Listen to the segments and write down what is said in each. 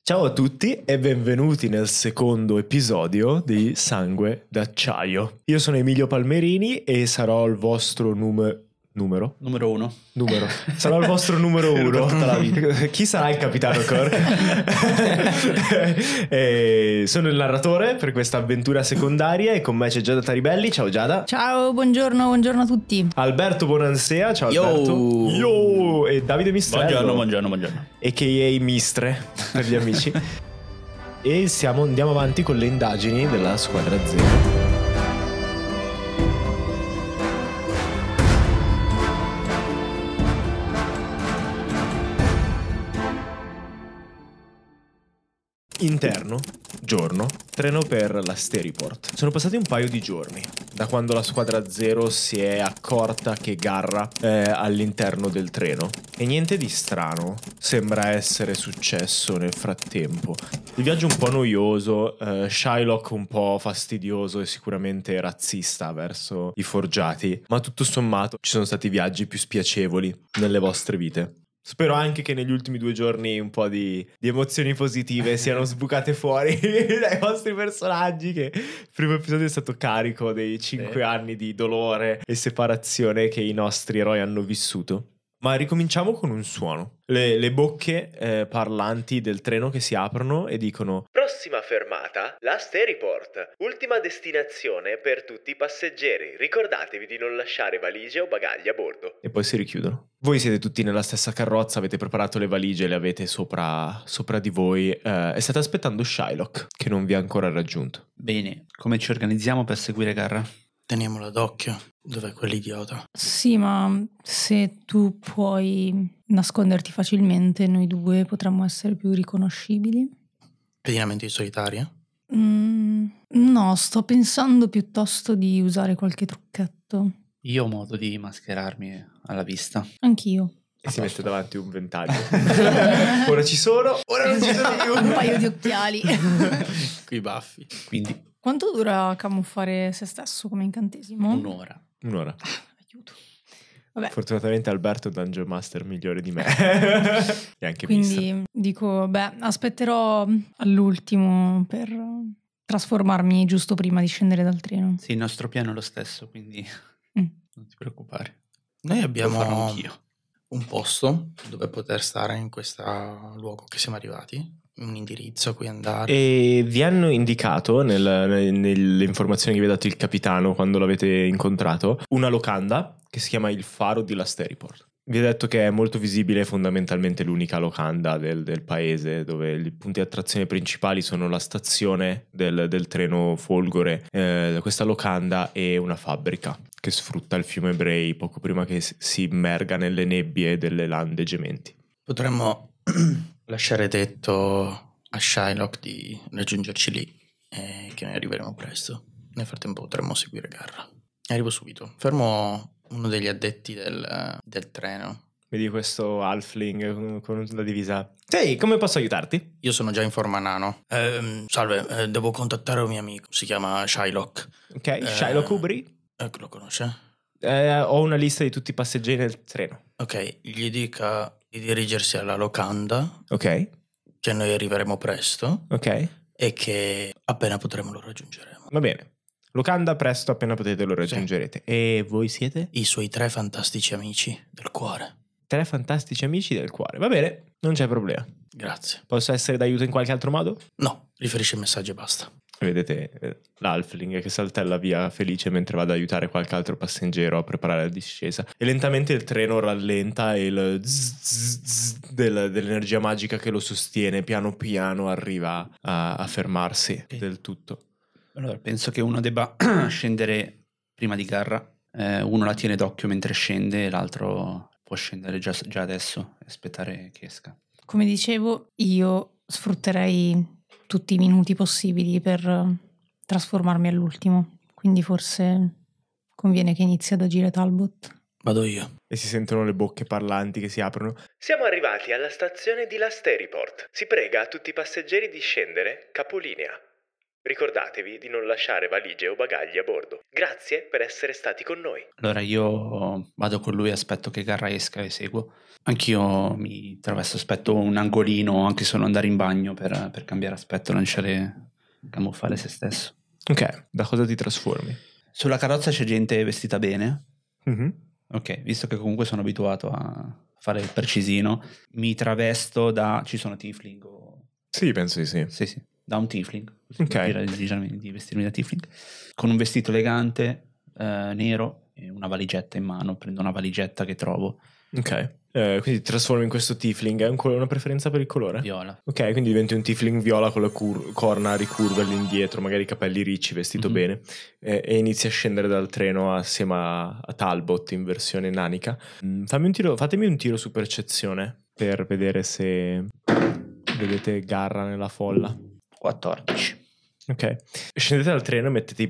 Ciao a tutti e benvenuti nel secondo episodio di Sangue d'Acciaio. Io sono Emilio Palmerini e sarò il vostro numero. Numero uno. Sarò il vostro numero uno. Chi sarà il capitano Kirk? Sono il narratore per questa avventura secondaria e con me c'è Giada Taribelli. Ciao Giada. Ciao, buongiorno a tutti. Alberto Bonansea. Ciao Yo. Alberto. Yo. E Davide Mistrello. Buongiorno. A.k.a. Mistre per gli amici. E andiamo avanti con le indagini della squadra zero. Interno, giorno, treno per la Steriport. Sono passati un paio di giorni da quando la squadra zero si è accorta che Garra è all'interno del treno e niente di strano sembra essere successo nel frattempo. Il viaggio un po' noioso, Shylock un po' fastidioso e sicuramente razzista verso i forgiati, ma tutto sommato ci sono stati viaggi più spiacevoli nelle vostre vite. Spero anche che negli ultimi 2 giorni un po' di emozioni positive siano sbucate fuori dai vostri personaggi, che il primo episodio è stato carico dei 5 anni di dolore e separazione che i nostri eroi hanno vissuto. Ma ricominciamo con un suono. Le bocche parlanti del treno che si aprono e dicono: prossima fermata, la Steriport. Ultima destinazione per tutti i passeggeri. Ricordatevi di non lasciare valigie o bagagli a bordo. E poi si richiudono. Voi siete tutti nella stessa carrozza, avete preparato le valigie, le avete sopra di voi e state aspettando Shylock, che non vi ha ancora raggiunto. Bene, come ci organizziamo per seguire Garra? Teniamola d'occhio. Dov'è quell'idiota? Sì, ma se tu puoi nasconderti facilmente, noi due potremmo essere più riconoscibili. Pedinamenti solitaria? No, sto pensando piuttosto di usare qualche trucchetto. Io ho modo di mascherarmi alla vista. Anch'io. E si mette davanti un ventaglio. Ora ci sono, ora non ci sono più. Un paio di occhiali. Coi baffi. Quindi Quanto dura camuffare se stesso come incantesimo? un'ora. Aiuto. Vabbè. Fortunatamente Alberto è un Dungeon Master migliore di me. E anche Quindi dico, aspetterò all'ultimo per trasformarmi giusto prima di scendere dal treno. Sì, il nostro piano è lo stesso, quindi non ti preoccupare. Noi Lo farò abbiamo anch'io. un posto dove poter stare in questo luogo che siamo arrivati, un indirizzo a cui andare. E vi hanno indicato nelle informazioni che vi ha dato il capitano quando l'avete incontrato una locanda che si chiama il Faro di la Steriport. Vi ha detto che è molto visibile, fondamentalmente l'unica locanda del paese, dove i punti di attrazione principali sono la stazione del treno Folgore, questa locanda e una fabbrica che sfrutta il fiume Bray poco prima che si immerga nelle nebbie delle lande gementi. Potremmo lasciare detto a Shylock di raggiungerci lì e che noi arriveremo presto. Nel frattempo potremmo seguire Garra. Arrivo subito. Fermo uno degli addetti del treno. Vedi questo halfling con la divisa. Sì, come posso aiutarti? Io sono già in forma nano. Salve, devo contattare un mio amico. Si chiama Shylock. Ok, Shylock Ubri. Lo conosce? Ho una lista di tutti i passeggeri del treno. Ok, gli dica di dirigersi alla locanda, Ok, che noi arriveremo presto ok, e che appena potremo lo raggiungeremo. va bene. Locanda presto, appena potete lo raggiungerete. E voi siete? I suoi 3 fantastici amici del cuore. 3 fantastici amici del cuore. Va bene, non c'è problema. Grazie. Posso essere d'aiuto in qualche altro modo? No, riferisci il messaggio e basta. Vedete l'halfling che saltella via felice mentre va ad aiutare qualche altro passeggero a preparare la discesa. E lentamente il treno rallenta e il zzz dell'energia magica che lo sostiene piano piano arriva a fermarsi del tutto. Allora, penso che uno debba scendere prima di Garra. Uno la tiene d'occhio mentre scende e l'altro può scendere già adesso e aspettare che esca. Come dicevo, io sfrutterei tutti i minuti possibili per trasformarmi all'ultimo. Quindi forse conviene che inizi ad agire Talbot. Vado io. E si sentono le bocche parlanti che si aprono. Siamo arrivati alla stazione di la Steriport. Si prega a tutti i passeggeri di scendere capolinea. Ricordatevi di non lasciare valigie o bagagli a bordo. Grazie per essere stati con noi. Allora io vado con lui, aspetto che Garra esca e seguo. Anch'io mi travesto, aspetto un angolino, anche solo andare in bagno per cambiare aspetto, lanciare, camuffare se stesso. Ok, da cosa ti trasformi? Sulla carrozza c'è gente vestita bene. Mhm. Ok, visto che comunque sono abituato a fare il precisino, mi travesto da... Ci sono tiefling o... Sì, penso di sì. Sì, da un tiefling. Ok. Di vestirmi da tiefling. Con un vestito elegante, nero, e una valigetta in mano. Prendo una valigetta che trovo. Ok. Quindi ti trasformi in questo tiefling. Hai una preferenza per il colore? Viola. Ok, quindi diventi un tiefling viola con le corna ricurve all'indietro, magari i capelli ricci, vestito Mhm. bene, e inizi a scendere dal treno assieme a Talbot in versione nanica. Fatemi un tiro su percezione per vedere se vedete Garra nella folla. 14. Ok. Scendete dal treno e mettete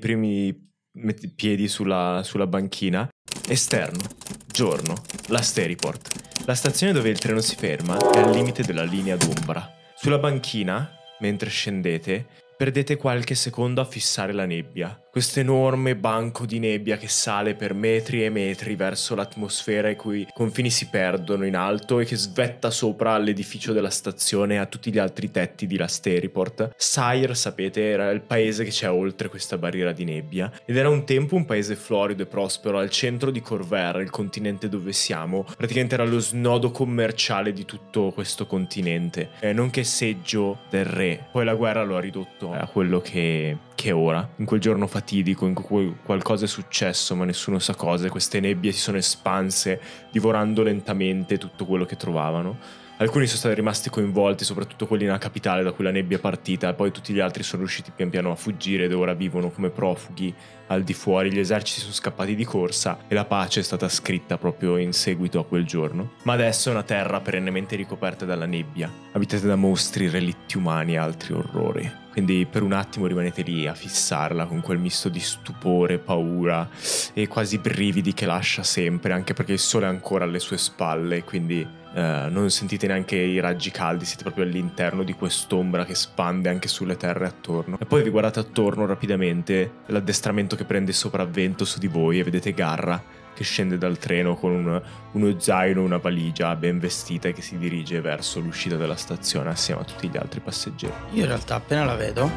i piedi sulla banchina. Esterno, giorno, la Steriport. La stazione dove il treno si ferma è al limite della linea d'ombra. Sulla banchina, mentre scendete, perdete qualche secondo a fissare la nebbia. Questo enorme banco di nebbia che sale per metri e metri verso l'atmosfera i cui confini si perdono in alto e che svetta sopra l'edificio della stazione e a tutti gli altri tetti di La Steriport. Sire, sapete, era il paese che c'è oltre questa barriera di nebbia ed era un tempo un paese florido e prospero al centro di Corvair, il continente dove siamo. Praticamente era lo snodo commerciale di tutto questo continente, nonché seggio del re. Poi la guerra lo ha ridotto a quello che è ora. In quel giorno fatidico in cui qualcosa è successo ma nessuno sa cosa, queste nebbie si sono espanse divorando lentamente tutto quello che trovavano. Alcuni sono stati rimasti coinvolti, soprattutto quelli nella capitale da cui la nebbia è partita, e poi tutti gli altri sono riusciti pian piano a fuggire ed ora vivono come profughi al di fuori. Gli eserciti sono scappati di corsa e la pace è stata scritta proprio in seguito a quel giorno. Ma adesso è una terra perennemente ricoperta dalla nebbia, abitata da mostri, relitti umani e altri orrori. Quindi per un attimo rimanete lì a fissarla con quel misto di stupore, paura e quasi brividi che lascia sempre, anche perché il sole è ancora alle sue spalle, quindi non sentite neanche i raggi caldi, siete proprio all'interno di quest'ombra che spande anche sulle terre attorno. E poi vi guardate attorno rapidamente, l'addestramento che prende sopravvento su di voi e vedete Garra che scende dal treno con uno zaino, una valigia ben vestita e che si dirige verso l'uscita della stazione assieme a tutti gli altri passeggeri. Io in realtà appena la vedo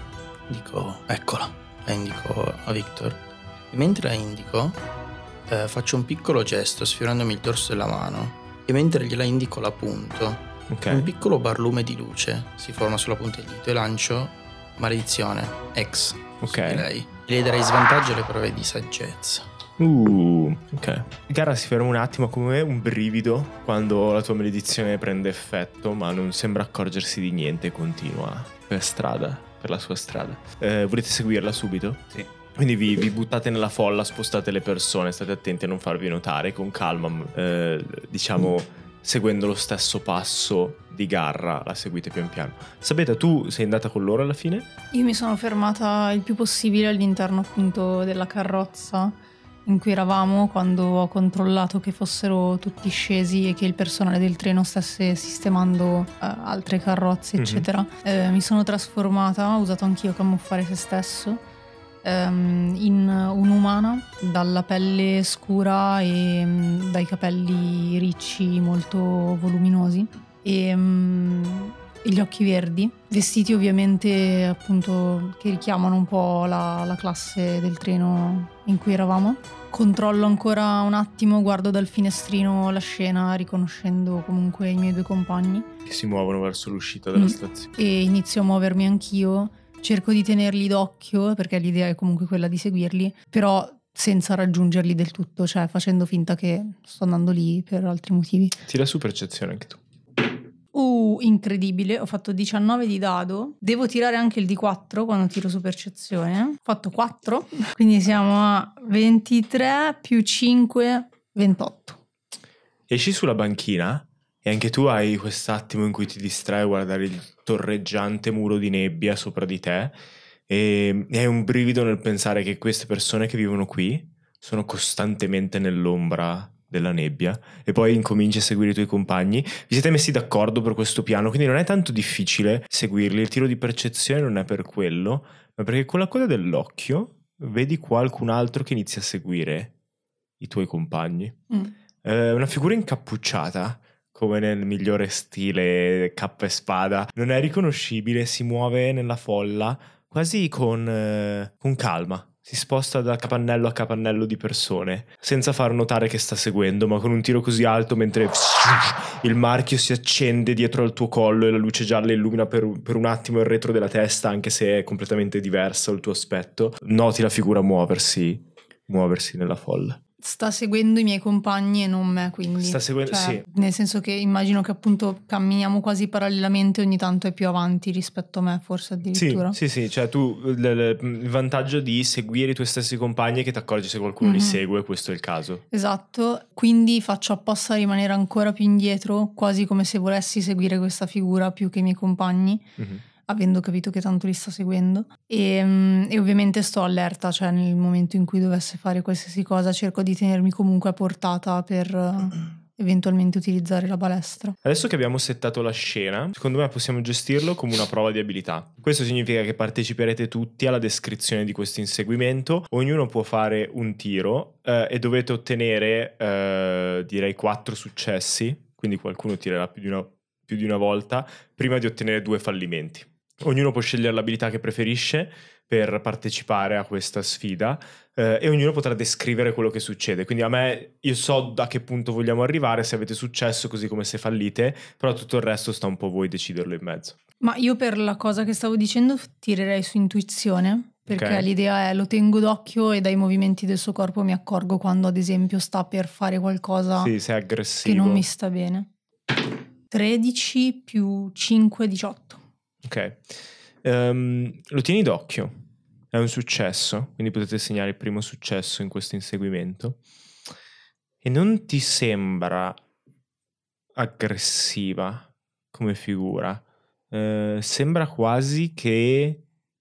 dico eccola, la indico a Victor e mentre la indico faccio un piccolo gesto sfiorandomi il dorso della mano e mentre gliela indico la punto, Ok. un piccolo barlume di luce si forma sulla punta del dito e lancio maledizione ex Ok. su di lei. Le darei svantaggio alle prove di saggezza. Ok. Garra si ferma un attimo, come un brivido quando la tua maledizione prende effetto, ma non sembra accorgersi di niente e continua per la sua strada. Volete seguirla subito? Sì. Quindi vi buttate nella folla, spostate le persone, state attenti a non farvi notare, con calma, diciamo, seguendo lo stesso passo di Garra, la seguite pian piano. Sapete, tu sei andata con loro alla fine? Io mi sono fermata il più possibile all'interno appunto della carrozza in cui eravamo quando ho controllato che fossero tutti scesi e che il personale del treno stesse sistemando altre carrozze, eccetera. Mi sono trasformata, ho usato anch'io camuffare se stesso, in un'umana dalla pelle scura e dai capelli ricci molto voluminosi e gli occhi verdi, vestiti ovviamente appunto che richiamano un po' la classe del treno in cui eravamo. Controllo ancora un attimo, guardo dal finestrino la scena riconoscendo comunque i miei due compagni Che si muovono verso l'uscita della stazione. e inizio a muovermi anch'io. Cerco di tenerli d'occhio perché l'idea è comunque quella di seguirli, però senza raggiungerli del tutto, cioè facendo finta che sto andando lì per altri motivi. Tira su percezione anche tu. Incredibile, ho fatto 19 di dado, devo tirare anche il D4 quando tiro su percezione, ho fatto 4, quindi siamo a 23 più 5, 28. Esci sulla banchina e anche tu hai quest'attimo in cui ti distrai a guardare il torreggiante muro di nebbia sopra di te e hai un brivido nel pensare che queste persone che vivono qui sono costantemente nell'ombra della nebbia e poi incominci a seguire i tuoi compagni. Vi siete messi d'accordo per questo piano, quindi non è tanto difficile seguirli. Il tiro di percezione non è per quello, ma perché con la coda dell'occhio vedi qualcun altro che inizia a seguire i tuoi compagni. Una figura incappucciata, come nel migliore stile cappa e spada, non è riconoscibile, si muove nella folla quasi con calma. Si sposta da capannello a capannello di persone, senza far notare che sta seguendo, ma con un tiro così alto, mentre il marchio si accende dietro al tuo collo e la luce gialla illumina per un attimo il retro della testa, anche se è completamente diverso il tuo aspetto, noti la figura muoversi nella folla. Sta seguendo i miei compagni e non me, quindi. Sta seguendo, sì. Nel senso che immagino che appunto camminiamo quasi parallelamente, ogni tanto è più avanti rispetto a me, forse addirittura. Sì, cioè tu il vantaggio di seguire i tuoi stessi compagni è che ti accorgi se qualcuno li segue, questo è il caso. Esatto, quindi faccio apposta rimanere ancora più indietro, quasi come se volessi seguire questa figura più che i miei compagni. Avendo capito che tanto li sta seguendo e ovviamente sto allerta, cioè nel momento in cui dovesse fare qualsiasi cosa cerco di tenermi comunque a portata per eventualmente utilizzare la balestra. Adesso che abbiamo settato la scena, secondo me possiamo gestirlo come una prova di abilità. Questo significa che parteciperete tutti alla descrizione di questo inseguimento, ognuno può fare un tiro e dovete ottenere direi 4 successi, quindi qualcuno tirerà più di una volta prima di ottenere 2 fallimenti. Ognuno può scegliere l'abilità che preferisce per partecipare a questa sfida e ognuno potrà descrivere quello che succede. Quindi io so a che punto vogliamo arrivare, se avete successo così come se fallite, però tutto il resto sta un po' voi deciderlo in mezzo. Ma io per la cosa che stavo dicendo tirerei su intuizione, perché l'idea è lo tengo d'occhio e dai movimenti del suo corpo mi accorgo quando ad esempio sta per fare qualcosa sei aggressivo, che non mi sta bene. 13 più 5, 18. Ok. Lo tieni d'occhio. È un successo, quindi potete segnare il primo successo in questo inseguimento. E non ti sembra aggressiva come figura. Sembra quasi che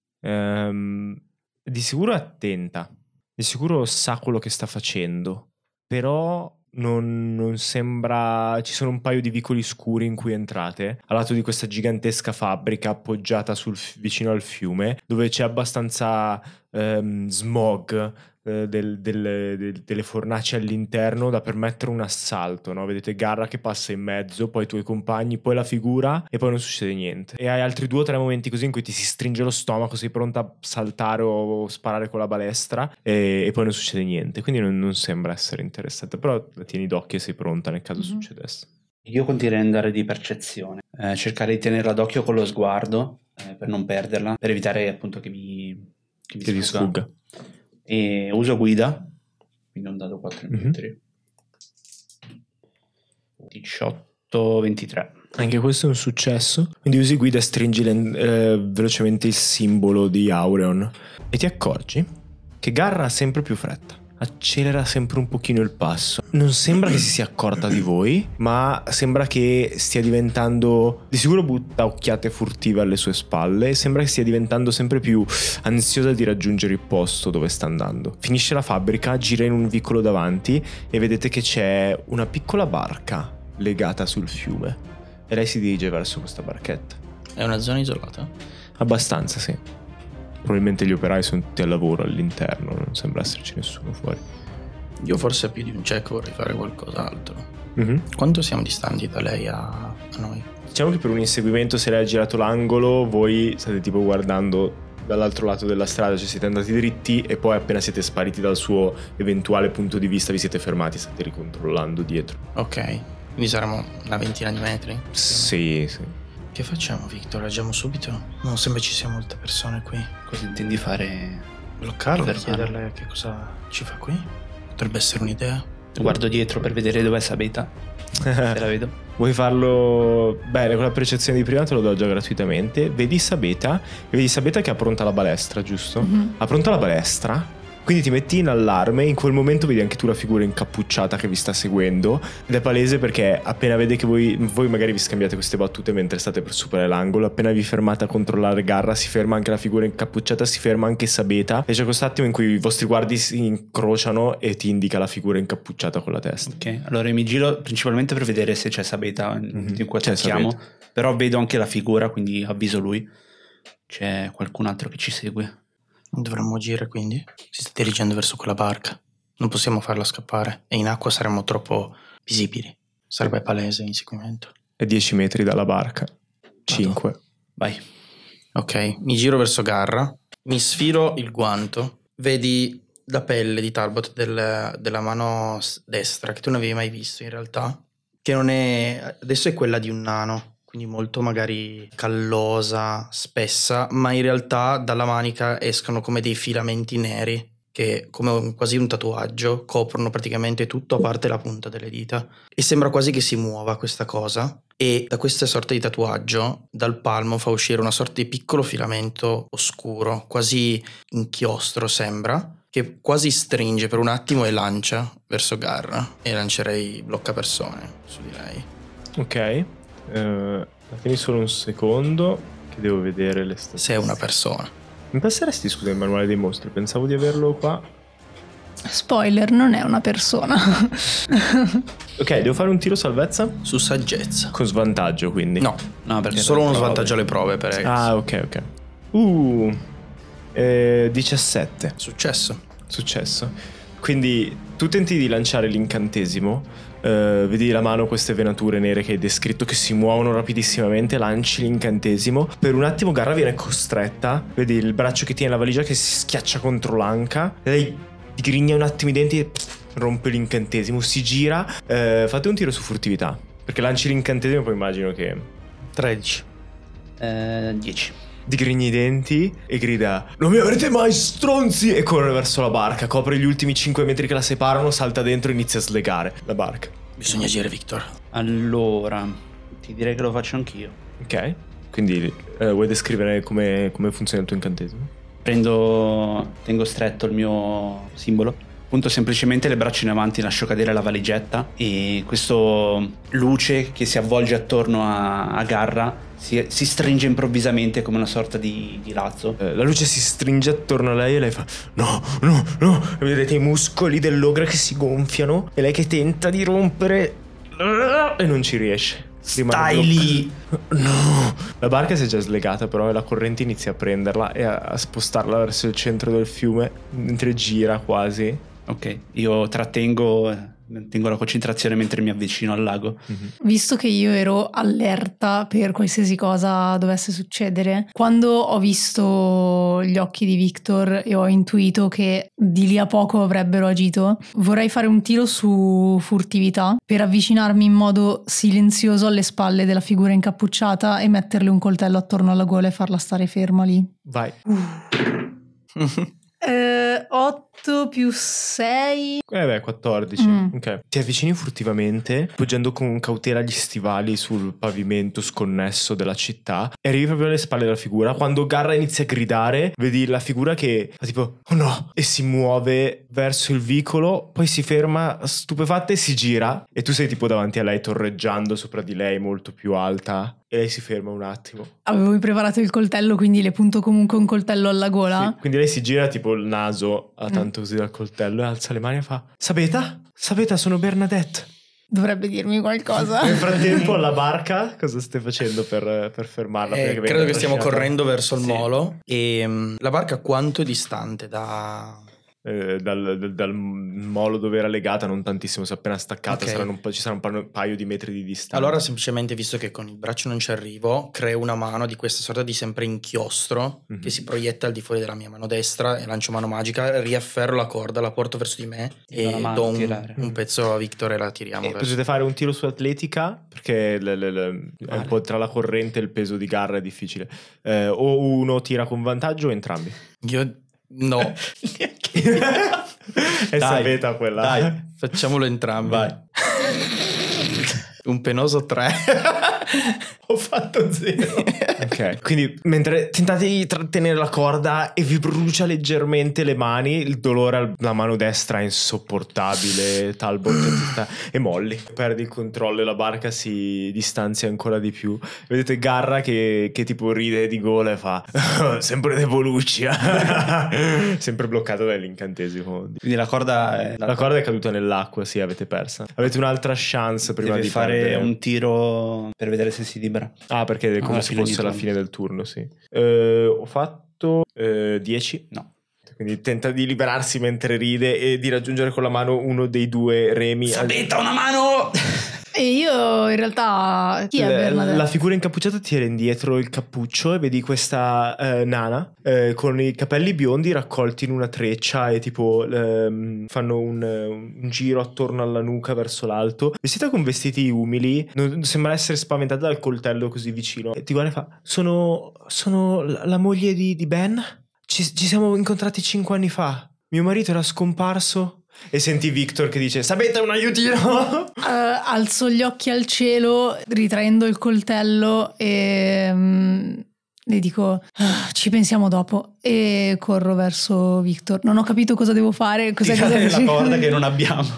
di sicuro è attenta, di sicuro sa quello che sta facendo, però non sembra. Ci sono un paio di vicoli scuri in cui entrate al lato di questa gigantesca fabbrica appoggiata vicino al fiume, dove c'è abbastanza smog delle fornaci all'interno da permettere un assalto, no? Vedete Garra che passa in mezzo, poi i tuoi compagni, poi la figura e poi non succede niente. E hai altri 2 o 3 momenti così in cui ti si stringe lo stomaco, sei pronta a saltare o sparare con la balestra e poi non succede niente, quindi non sembra essere interessata, però la tieni d'occhio e sei pronta nel caso succedesse. Io continuerei ad andare di percezione, cercare di tenerla d'occhio con lo sguardo per non perderla, per evitare appunto che mi sfugga. E uso guida, quindi ho un dado 4 metri. 18, 23. Anche questo è un successo. Quindi usi guida e stringi velocemente il simbolo di Aureon e ti accorgi che Garra ha sempre più fretta. Accelera sempre un pochino il passo. Non sembra che si sia accorta di voi, ma sembra che stia diventando, di sicuro butta occhiate furtive alle sue spalle, e sembra che stia diventando sempre più ansiosa di raggiungere il posto dove sta andando. Finisce la fabbrica, gira in un vicolo davanti e vedete che c'è una piccola barca legata sul fiume e lei si dirige verso questa barchetta. È una zona isolata? Abbastanza, sì. Probabilmente gli operai sono tutti al lavoro all'interno, non sembra esserci nessuno fuori. Io forse più di un check vorrei fare qualcos'altro. Quanto siamo distanti da lei a noi? Diciamo che per un inseguimento, se lei ha girato l'angolo, voi state tipo guardando dall'altro lato della strada, cioè siete andati dritti e poi appena siete spariti dal suo eventuale punto di vista vi siete fermati, state ricontrollando dietro. Ok, quindi saremo una ventina di metri? Sì. Che facciamo, Victor? Agiamo subito? Non sembra ci sia molte persone qui. Cosa intendi fare? Bloccarlo, chiederle che cosa ci fa qui? Potrebbe essere un'idea. Guardo dietro per vedere dov'è Sabeta. Se la vedo. Vuoi farlo? Bene, con la percezione di prima te lo do già gratuitamente. Vedi Sabeta che ha pronta la balestra, giusto? Ha pronta la balestra Quindi ti metti in allarme, in quel momento vedi anche tu la figura incappucciata che vi sta seguendo, ed è palese perché appena vede che voi magari vi scambiate queste battute mentre state per superare l'angolo, appena vi fermate a controllare Garra si ferma anche la figura incappucciata, si ferma anche Sabeta, e c'è quest'attimo in cui i vostri guardi si incrociano e ti indica la figura incappucciata con la testa. Ok, allora io mi giro principalmente per vedere se c'è Sabeta in cui C'è attacchiamo, Sabeta. però vedo anche la figura, quindi avviso lui. C'è qualcun altro che ci segue? Dovremmo agire quindi? Si sta dirigendo verso quella barca. Non possiamo farla scappare e in acqua saremmo troppo visibili. Sarebbe palese inseguimento. È 10 metri dalla barca. 5. Vai. Ok, mi giro verso Garra, mi sfilo il guanto, vedi la pelle di Talbot della mano destra che tu non avevi mai visto in realtà, che non è, adesso è quella di un nano, quindi molto magari callosa, spessa, ma in realtà dalla manica escono come dei filamenti neri che come quasi un tatuaggio coprono praticamente tutto a parte la punta delle dita e sembra quasi che si muova questa cosa. E da questa sorta di tatuaggio dal palmo fa uscire una sorta di piccolo filamento oscuro, quasi inchiostro sembra, che quasi stringe per un attimo e lancia verso Garra, e lancerei blocca persone su di lei. Ok, atteni solo un secondo che devo vedere le statistiche. Se è una persona. Mi passeresti, scusa, il manuale dei mostri? Pensavo di averlo qua. Spoiler, non è una persona. Ok, devo fare un tiro salvezza? Su saggezza. Con svantaggio, quindi. No, Perché solo uno prove. svantaggio alle prove per Ah, ok. 17. Successo. Quindi tu tenti di lanciare l'incantesimo, vedi la mano, queste venature nere che hai descritto che si muovono rapidissimamente, lanci l'incantesimo. Per un attimo Garra viene costretta, vedi il braccio che tiene la valigia che si schiaccia contro l'anca, e lei grigna un attimo i denti e rompe l'incantesimo, si gira. Fate un tiro su furtività, perché lanci l'incantesimo e poi immagino che 13. 10. digrigni i denti e grida: non mi avrete mai, stronzi! E corre verso la barca, copre gli ultimi 5 metri che la separano, salta dentro e inizia a slegare la barca. Bisogna agire, Victor. Allora, ti direi che lo faccio anch'io. Ok, quindi vuoi descrivere come funziona il tuo incantesimo? Tengo stretto il mio simbolo, punto semplicemente le braccia in avanti, lascio cadere la valigetta e questo luce che si avvolge attorno a Garra si stringe improvvisamente come una sorta di lazzo. La luce si stringe attorno a lei e lei fa no, e vedete i muscoli dell'ogra che si gonfiano e lei che tenta di rompere e non ci riesce. Stai lì. No. La barca si è già slegata, però la corrente inizia a prenderla e a spostarla verso il centro del fiume mentre gira quasi. Ok, io tengo la concentrazione mentre mi avvicino al lago. Visto che io ero allerta per qualsiasi cosa dovesse succedere, quando ho visto gli occhi di Victor e ho intuito che di lì a poco avrebbero agito, vorrei fare un tiro su furtività per avvicinarmi in modo silenzioso alle spalle della figura incappucciata e metterle un coltello attorno alla gola e farla stare ferma lì. Vai. 8 più 6. 14. Ok. Ti avvicini furtivamente, poggiando con cautela gli stivali sul pavimento sconnesso della città e arrivi proprio alle spalle della figura. Quando Garra inizia a gridare, vedi la figura che fa tipo oh no, e si muove verso il vicolo, poi si ferma stupefatta e si gira e tu sei tipo davanti a lei torreggiando sopra di lei, molto più alta, e lei si ferma un attimo. Avevo preparato il coltello, quindi le punto comunque un coltello alla gola. Sì, quindi lei si gira tipo il naso a tanto così dal coltello e alza le mani e fa Sabeta, sono Bernadette. Dovrebbe dirmi qualcosa. Nel frattempo alla barca cosa stai facendo per fermarla? Credo che stiamo correndo verso il Sì. molo. E la barca quanto è distante da... Dal molo dove era legata, non tantissimo, si è appena staccata, Ok. ci sarà un paio di metri di distanza. Allora semplicemente, visto che con il braccio non ci arrivo, creo una mano di questa sorta di sempre inchiostro che si proietta al di fuori della mia mano destra e lancio mano magica, riafferro la corda, la porto verso di me Ti do la e mano do a tirare. un pezzo a Victor e la tiriamo verso. Potete fare un tiro su atletica perché è un po' tra la corrente e il peso di Garra è difficile. O uno tira con vantaggio o entrambi. Io no. È Sabeta quella. Dai, facciamolo entrambi. Vai. Un penoso 3. Ho fatto 0. Ok, quindi mentre tentate di trattenere la corda e vi brucia leggermente le mani, il dolore alla mano destra è insopportabile. Talbot e molli, perdi il controllo e la barca si distanzia ancora di più. Vedete Garra che tipo ride di gola e fa sempre deboluccia. Sempre bloccato dall'incantesimo. Quindi la corda è... La corda è caduta nell'acqua, sì, avete persa. Avete un'altra chance prima Deve di fare perdere. un tiro per vedere se si libera. Ah, perché è come alla se fine fosse di la turno. fine del turno, sì. Ho fatto 10. No. Quindi tenta di liberarsi mentre ride e di raggiungere con la mano uno dei due remi. Sabetta, una mano! E io in realtà... Chi è Bernadette? La figura incappucciata tira indietro il cappuccio e vedi questa nana con i capelli biondi raccolti in una treccia e tipo fanno un giro attorno alla nuca verso l'alto, vestita con vestiti umili, non sembra essere spaventata dal coltello così vicino e ti guarda e fa: sono la moglie di Ben? Ci siamo incontrati 5 anni fa, mio marito era scomparso. E senti Victor che dice: sapete, un aiutino. Alzo gli occhi al cielo ritraendo il coltello e le dico: ci pensiamo dopo, e corro verso Victor. Non ho capito cosa devo fare. Tirare la corda che non abbiamo.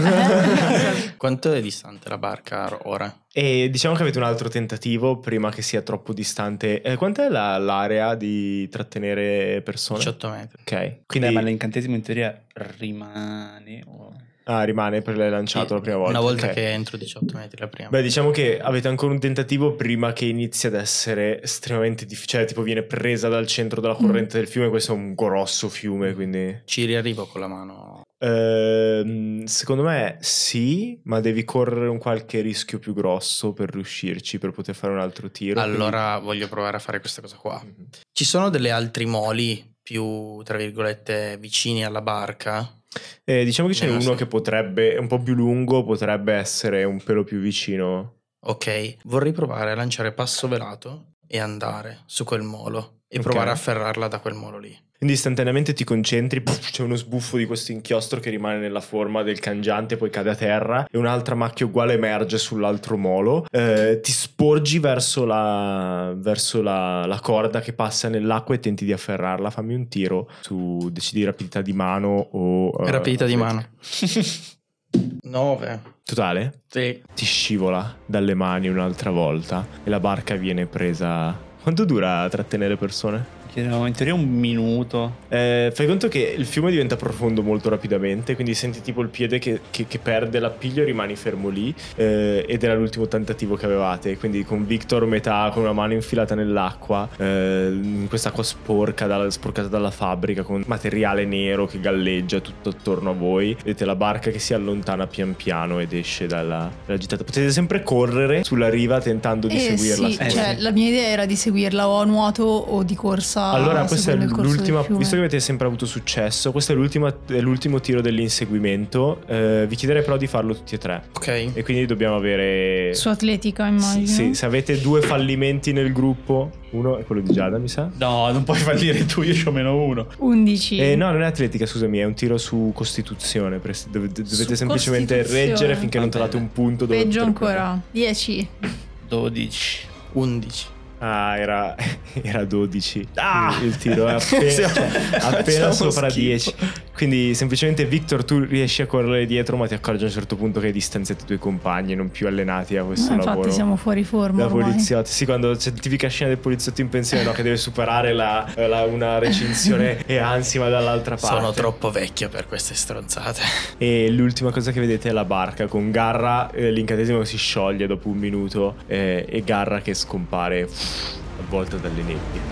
Quanto è distante la barca ora? E diciamo che avete un altro tentativo prima che sia troppo distante. Quant'è l'area di trattenere persone? 18 metri. Ok, quindi Ma l'incantesimo in teoria rimane rimane per l'hai lanciato la prima volta. Una volta ok. che è entro 18 metri la prima. Beh, diciamo che avete ancora un tentativo prima che inizi ad essere estremamente difficile. Cioè, tipo viene presa dal centro della corrente del fiume. Questo è un grosso fiume, quindi... Ci riarrivo con la mano. Secondo me sì, ma devi correre un qualche rischio più grosso per riuscirci, per poter fare un altro tiro. Allora voglio provare a fare questa cosa qua. quindi- Ci sono delle altri moli più, tra virgolette, vicini alla barca? diciamo che c'è No, uno sì. che potrebbe, è un po' più lungo, potrebbe essere un pelo più vicino. Ok, vorrei provare a lanciare passo velato e andare su quel molo e Ok. provare a afferrarla da quel molo lì. Quindi istantaneamente ti concentri, c'è uno sbuffo di questo inchiostro che rimane nella forma del cangiante, poi cade a terra e un'altra macchia uguale emerge sull'altro molo. Ti sporgi verso la corda che passa nell'acqua e tenti di afferrarla. Fammi un tiro su decidi rapidità di mano o... Rapidità di atletica. mano. 9. Totale? Sì. Ti scivola dalle mani un'altra volta e la barca viene presa... Quanto dura a trattenere persone? In teoria un minuto. Fai conto che il fiume diventa profondo molto rapidamente, quindi senti tipo il piede che perde l'appiglio e rimani fermo lì, ed era l'ultimo tentativo che avevate, quindi con Victor metà con una mano infilata nell'acqua, in quest'acqua sporcata dalla fabbrica, con materiale nero che galleggia tutto attorno a voi. Vedete la barca che si allontana pian piano ed esce dalla gittata. Potete sempre correre sulla riva tentando di seguirla. Sì, cioè, la mia idea era di seguirla o a nuoto o di corsa. Allora, questa è seguendo il corso del l'ultima. fiume. Visto che avete sempre avuto successo, questo è l'ultimo tiro dell'inseguimento. Vi chiederei però di farlo tutti e tre. Ok. E quindi dobbiamo avere. Su atletica, immagino. Sì, se avete 2 fallimenti nel gruppo, uno è quello di Giada, mi sa. No, non puoi fallire tu, io c'ho -1. 11. No, non è atletica, scusami, è un tiro su costituzione. Dovete Su semplicemente costituzione. reggere finché non Va trovate bene. un punto dove. Peggio poter ancora. 10. 12. 11. Ah, era 12. Il tiro è appena, appena Facciamo sopra schifo. 10. Quindi semplicemente Victor, tu riesci a correre dietro, ma ti accorgi a un certo punto che hai distanziato i tuoi compagni non più allenati a questo Infatti lavoro siamo fuori forma da ormai. poliziotti. Sì, quando c'è la tipica scena del poliziotto in pensione, no, che deve superare una recinzione e ansima dall'altra parte. Sono troppo vecchio per queste stronzate. E l'ultima cosa che vedete è la barca con Garra, l'incantesimo che si scioglie dopo un minuto, e Garra che scompare avvolta dalle nebbie.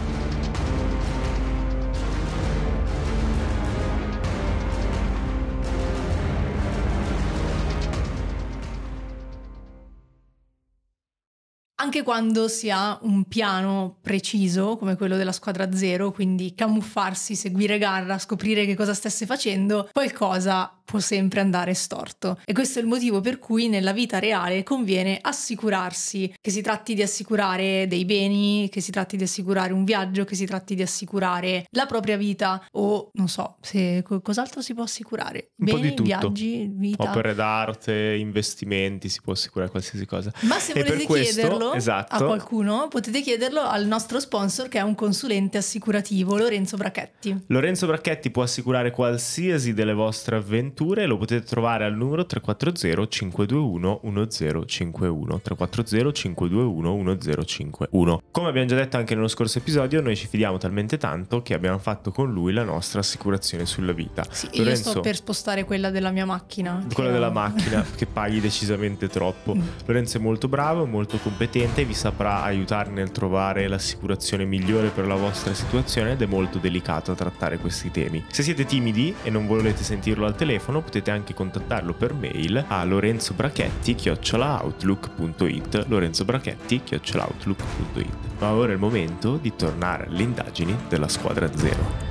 Anche quando si ha un piano preciso come quello della squadra zero, quindi camuffarsi, seguire Garra, scoprire che cosa stesse facendo, qualcosa può sempre andare storto. E questo è il motivo per cui nella vita reale conviene assicurarsi, che si tratti di assicurare dei beni, che si tratti di assicurare un viaggio, che si tratti di assicurare la propria vita o non so, se cos'altro si può assicurare. Un po' Beni, di tutto. viaggi, vita. Opere d'arte, investimenti, si può assicurare qualsiasi cosa. Ma se E per volete questo, chiederlo, Esatto. a qualcuno, potete chiederlo al nostro sponsor che è un consulente assicurativo, Lorenzo Brachetti. Lorenzo Brachetti può assicurare qualsiasi delle vostre avventure e lo potete trovare al numero 340 521 1051 340 521 1051. Come abbiamo già detto anche nello scorso episodio, noi ci fidiamo talmente tanto che abbiamo fatto con lui la nostra assicurazione sulla vita. Sì, Lorenzo, io sto per spostare quella della mia macchina. quella della macchina che paghi decisamente troppo. Lorenzo è molto bravo, molto competente e vi saprà aiutare nel trovare l'assicurazione migliore per la vostra situazione ed è molto delicato a trattare questi temi. Se siete timidi e non volete sentirlo al telefono, potete anche contattarlo per mail a lorenzobrachetti@outlook.it lorenzobrachetti@outlook.it. Ma ora è il momento di tornare alle indagini della squadra zero.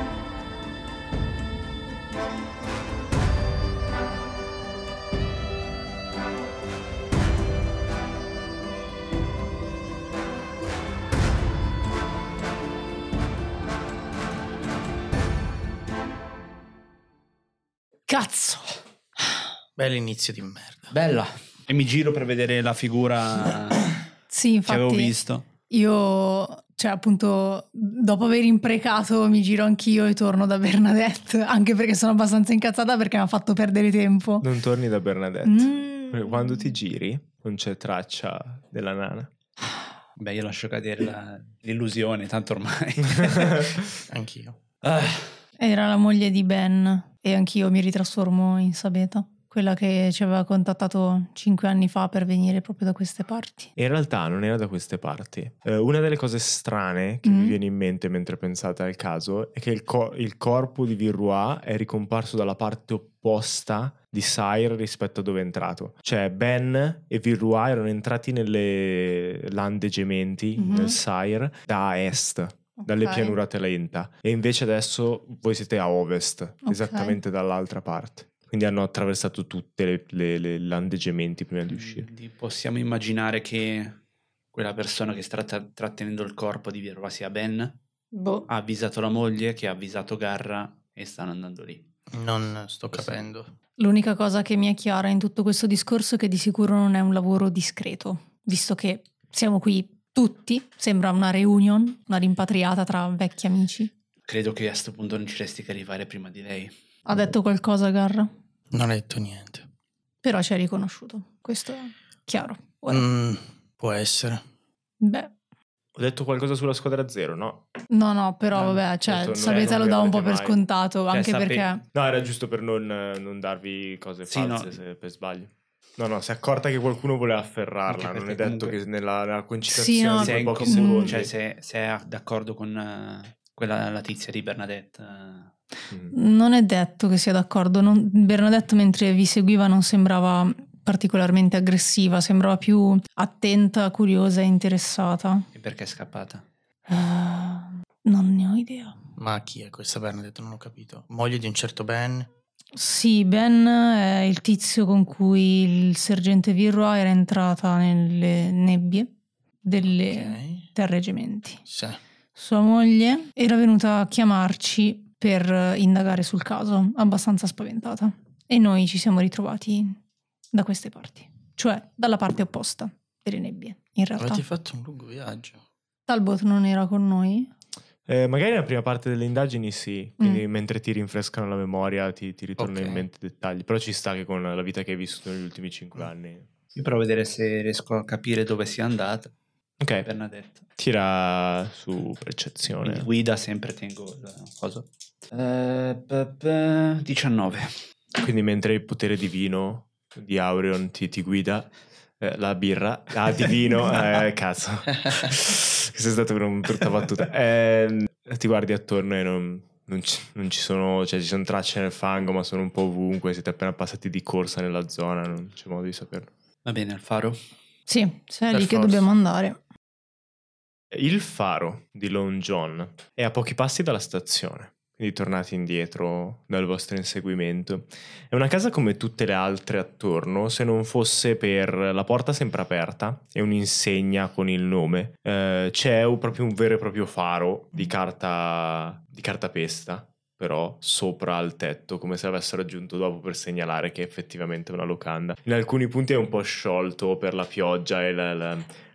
Cazzo! Bell'inizio di merda. Bella. E mi giro per vedere la figura Sì, che avevo infatti visto. io, cioè appunto, dopo aver imprecato mi giro anch'io e torno da Bernadette, anche perché sono abbastanza incazzata perché mi ha fatto perdere tempo. Non torni da Bernadette. Mm. Perché quando ti giri non c'è traccia della nana. Beh, io lascio cadere l'illusione, tanto ormai. Anch'io. Ah, Era la moglie di Ben e anch'io mi ritrasformo in Sabeta, quella che ci aveva contattato 5 anni fa per venire proprio da queste parti. In realtà non era da queste parti. Una delle cose strane che mi viene in mente mentre pensate al caso è che il corpo di Virrua è ricomparso dalla parte opposta di Sire rispetto a dove è entrato. Cioè Ben e Virrua erano entrati nelle lande gementi nel Sire da est. Dalle Ok. pianure Telenta e invece adesso voi siete a ovest, esattamente dall'altra parte. Quindi hanno attraversato tutte le lande gementi prima di uscire. quindi possiamo immaginare che quella persona che sta trattenendo il corpo di Virva sia Ben, Boh. ha avvisato la moglie che ha avvisato Garra e stanno andando lì. Non sto capendo. L'unica cosa che mi è chiara in tutto questo discorso è che di sicuro non è un lavoro discreto, visto che siamo qui tutti, sembra una reunion, una rimpatriata tra vecchi amici. Credo che a sto punto non ci resti che arrivare prima di lei. Ha detto qualcosa Garra? Non hai detto niente. Però ci ha riconosciuto, questo è chiaro. Ora, Può essere. beh, Ho detto qualcosa sulla squadra zero, no? no, però No, vabbè, cioè, detto, Sabeta non lo dà un po' avete per mai. scontato, Cioè, anche sape- perché... No, era giusto per non darvi cose Sì, false no. se per sbaglio. No, si è accorta che qualcuno voleva afferrarla. Anche Non è perché detto comunque- che nella concitazione Sì, no, di Se è, quei in pochi comune- secondi. cioè, se è d'accordo con quella la tizia di Bernadette. Non è detto che sia d'accordo. Bernadette mentre vi seguiva non sembrava particolarmente aggressiva, sembrava più attenta, curiosa e interessata. E perché è scappata? Non ne ho idea. Ma chi è questa Bernadette? Non ho capito. Moglie di un certo Ben? Sì, Ben è il tizio con cui il sergente Virroa era entrata nelle nebbie delle Ok. terre gementi. Sì. Sua moglie era venuta a chiamarci per indagare sul caso, abbastanza spaventata. E noi ci siamo ritrovati da queste parti, cioè dalla parte opposta delle nebbie, in realtà. Avete fatto un lungo viaggio. Talbot non era con noi? Magari nella prima parte delle indagini sì, quindi mentre ti rinfrescano la memoria ti ritornano Ok. in mente dettagli. Però ci sta che con la vita che hai vissuto negli ultimi 5 anni. Io provo a vedere se riesco a capire dove sia andata Ok, Bernadette. tira su Quindi percezione. guida sempre tengo il coso. 19. Quindi mentre il potere divino di Aureon ti guida, la birra, divino, cazzo, questa è stata una brutta battuta. Ti guardi attorno e non ci sono, cioè ci sono tracce nel fango, ma sono un po' ovunque. Siete appena passati di corsa nella zona, non c'è modo di saperlo. Va bene, al faro. Sì, se è Per lì che forza. dobbiamo andare. Il faro di Lone John è a pochi passi dalla stazione. Quindi tornati indietro dal vostro inseguimento. È una casa come tutte le altre attorno, se non fosse per la porta sempre aperta e un'insegna con il nome. C'è proprio un vero e proprio faro di cartapesta, però sopra al tetto, come se l'avessero aggiunto dopo per segnalare che effettivamente è una locanda. In alcuni punti è un po' sciolto per la pioggia e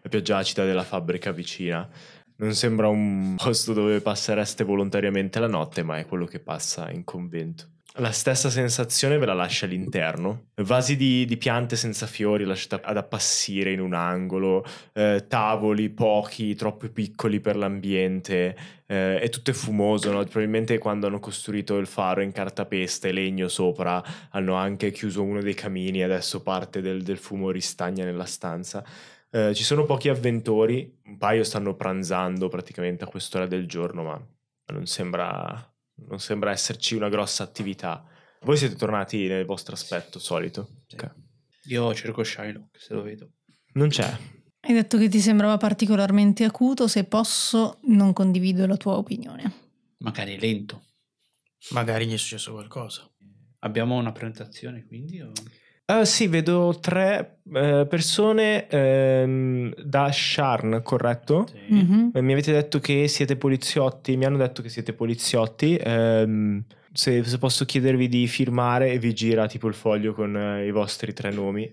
la pioggia acida della fabbrica vicina. Non sembra un posto dove passereste volontariamente la notte, ma è quello che passa in convento. La stessa sensazione ve la lascia l'interno. Vasi di piante senza fiori lasciate ad appassire in un angolo, tavoli pochi, troppo piccoli per l'ambiente, è tutto fumoso, no? Probabilmente quando hanno costruito il faro in cartapesta e legno sopra hanno anche chiuso uno dei camini e adesso parte del fumo ristagna nella stanza. Ci sono pochi avventori, un paio stanno pranzando praticamente a quest'ora del giorno, ma non sembra esserci una grossa attività. Voi siete tornati nel vostro aspetto solito? Sì. Okay. Io cerco Shylock, se lo vedo. Non c'è. Hai detto che ti sembrava particolarmente acuto, se posso non condivido la tua opinione. Magari lento. Magari gli è successo qualcosa. Abbiamo una prenotazione quindi? O... Sì, vedo 3 persone da Sharn, corretto? Sì. Mhm. Mi avete detto che siete poliziotti, mi hanno detto che siete poliziotti. Se posso chiedervi di firmare, e vi gira tipo il foglio con i vostri 3 nomi.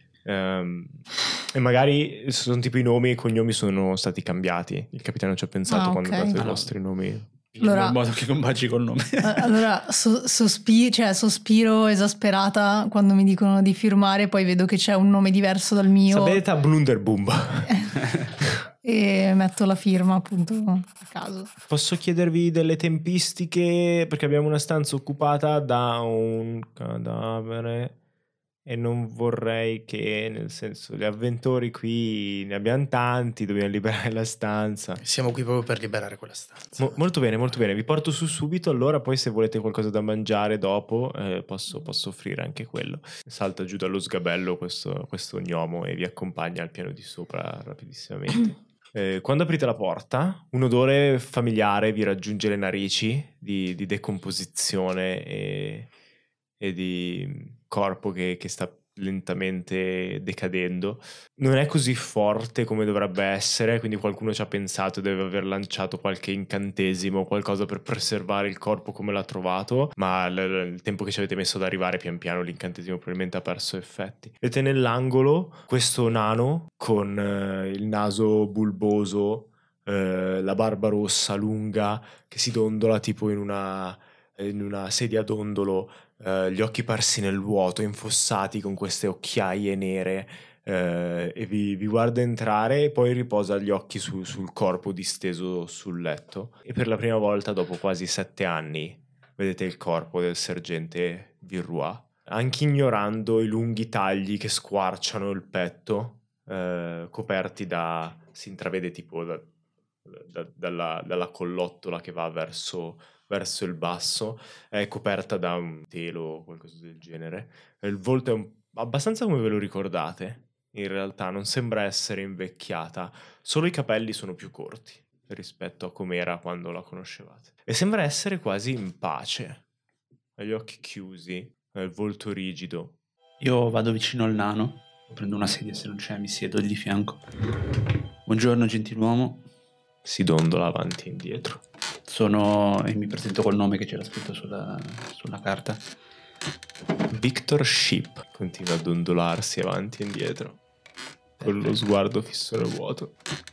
E magari sono tipo i nomi e i cognomi sono stati cambiati. Il capitano ci ha pensato quando ha dato i Ah, no. vostri nomi. Allora- In modo che compaggi col nome. Allora sospiro esasperata quando mi dicono di firmare, poi vedo che c'è un nome diverso dal mio Sabeta Blunderboom. e metto la firma appunto a caso. Posso chiedervi delle tempistiche perché abbiamo una stanza occupata da un cadavere e non vorrei che, nel senso, gli avventori qui ne abbiamo tanti, dobbiamo liberare la stanza. Siamo qui proprio per liberare quella stanza. Molto bene, vi porto su subito, allora poi se volete qualcosa da mangiare dopo posso offrire anche quello. Salta giù dallo sgabello questo gnomo e vi accompagna al piano di sopra rapidissimamente. Quando aprite la porta, un odore familiare vi raggiunge le narici di decomposizione e di corpo che sta lentamente decadendo. Non è così forte come dovrebbe essere, quindi qualcuno ci ha pensato, deve aver lanciato qualche incantesimo, qualcosa per preservare il corpo come l'ha trovato, ma il tempo che ci avete messo ad arrivare, pian piano l'incantesimo probabilmente ha perso effetti. Vedete nell'angolo questo nano con il naso bulboso, la barba rossa lunga che si dondola tipo in una sedia a dondolo, gli occhi persi nel vuoto, infossati con queste occhiaie nere, e vi guarda entrare e poi riposa gli occhi sul corpo disteso sul letto. E per la prima volta dopo quasi 7 anni vedete il corpo del sergente Virrois, anche ignorando i lunghi tagli che squarciano il petto, coperti si intravede tipo dalla collottola che va verso il basso, è coperta da un telo o qualcosa del genere. Il volto è abbastanza come ve lo ricordate, in realtà non sembra essere invecchiata, solo i capelli sono più corti rispetto a com'era quando la conoscevate. E sembra essere quasi in pace, ha gli occhi chiusi, ha il volto rigido. Io vado vicino al nano, prendo una sedia, se non c'è mi siedo di fianco. Buongiorno gentiluomo. Si dondola avanti e indietro. E mi presento col nome che c'era scritto sulla carta. Victor Sheep continua a dondolarsi avanti e indietro, con lo sguardo fisso nel vuoto.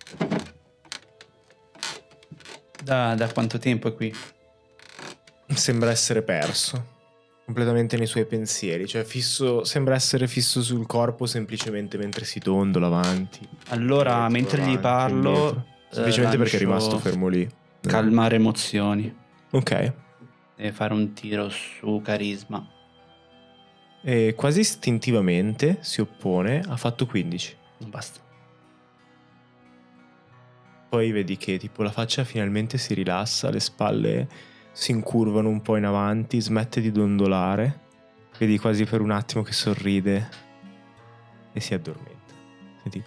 Da quanto tempo è qui? Sembra essere perso completamente nei suoi pensieri, cioè sembra essere fisso sul corpo semplicemente mentre si dondola avanti. Allora, mentre gli parlo, indietro. Semplicemente perché è lancio rimasto fermo lì. calmare emozioni. Ok. Deve fare un tiro su carisma. E quasi istintivamente si oppone, ha fatto 15. Non basta. Poi vedi che tipo la faccia finalmente si rilassa, le spalle si incurvano un po' in avanti, smette di dondolare, vedi quasi per un attimo che sorride e si addormenta. Senti.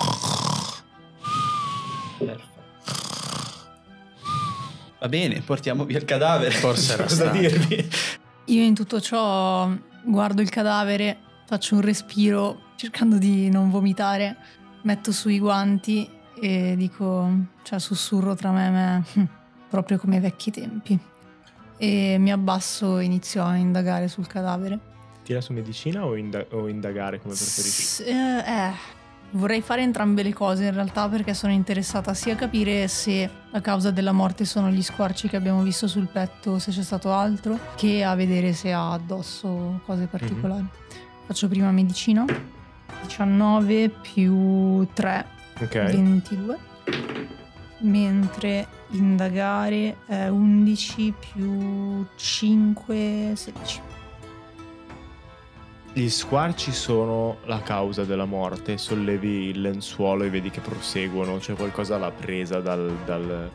Perfetto. Va bene, portiamo via il cadavere. Forse era Cosa stato. dirvi? Io in tutto ciò guardo il cadavere, faccio un respiro cercando di non vomitare, metto sui guanti e dico, cioè sussurro tra me e me, proprio come ai vecchi tempi. E mi abbasso e inizio a indagare sul cadavere. Tira su medicina o indagare come preferisci? Vorrei fare entrambe le cose in realtà, perché sono interessata sia a capire se la causa della morte sono gli squarci che abbiamo visto sul petto, se c'è stato altro, che a vedere se ha addosso cose particolari. Faccio prima medicina. 19 più 3, Ok. 22. Mentre indagare è 11 più 5, 16. Gli squarci sono la causa della morte. Sollevi il lenzuolo e vedi che proseguono. C'è qualcosa alla presa dal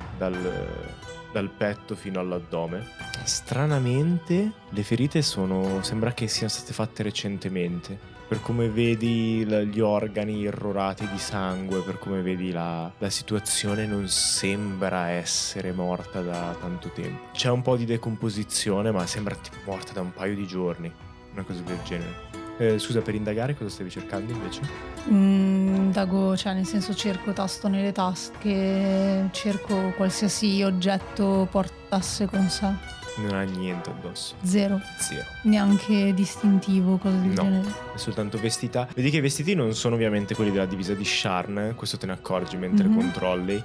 petto fino all'addome. Stranamente le ferite sembra che siano state fatte recentemente. Per come vedi gli organi irrorati di sangue, per come vedi la situazione, non sembra essere morta da tanto tempo. C'è un po' di decomposizione, ma sembra tipo morta da un paio di giorni. Una cosa del genere. Scusa, per indagare cosa stavi cercando invece? Indago, cioè nel senso cerco tasto nelle tasche, cerco qualsiasi oggetto portasse con sé. Non ha niente addosso. Zero. Zero. Neanche distintivo, cose del No. genere. È soltanto vestita. Vedi che i vestiti non sono ovviamente quelli della divisa di Sharn. Questo te ne accorgi mentre controlli.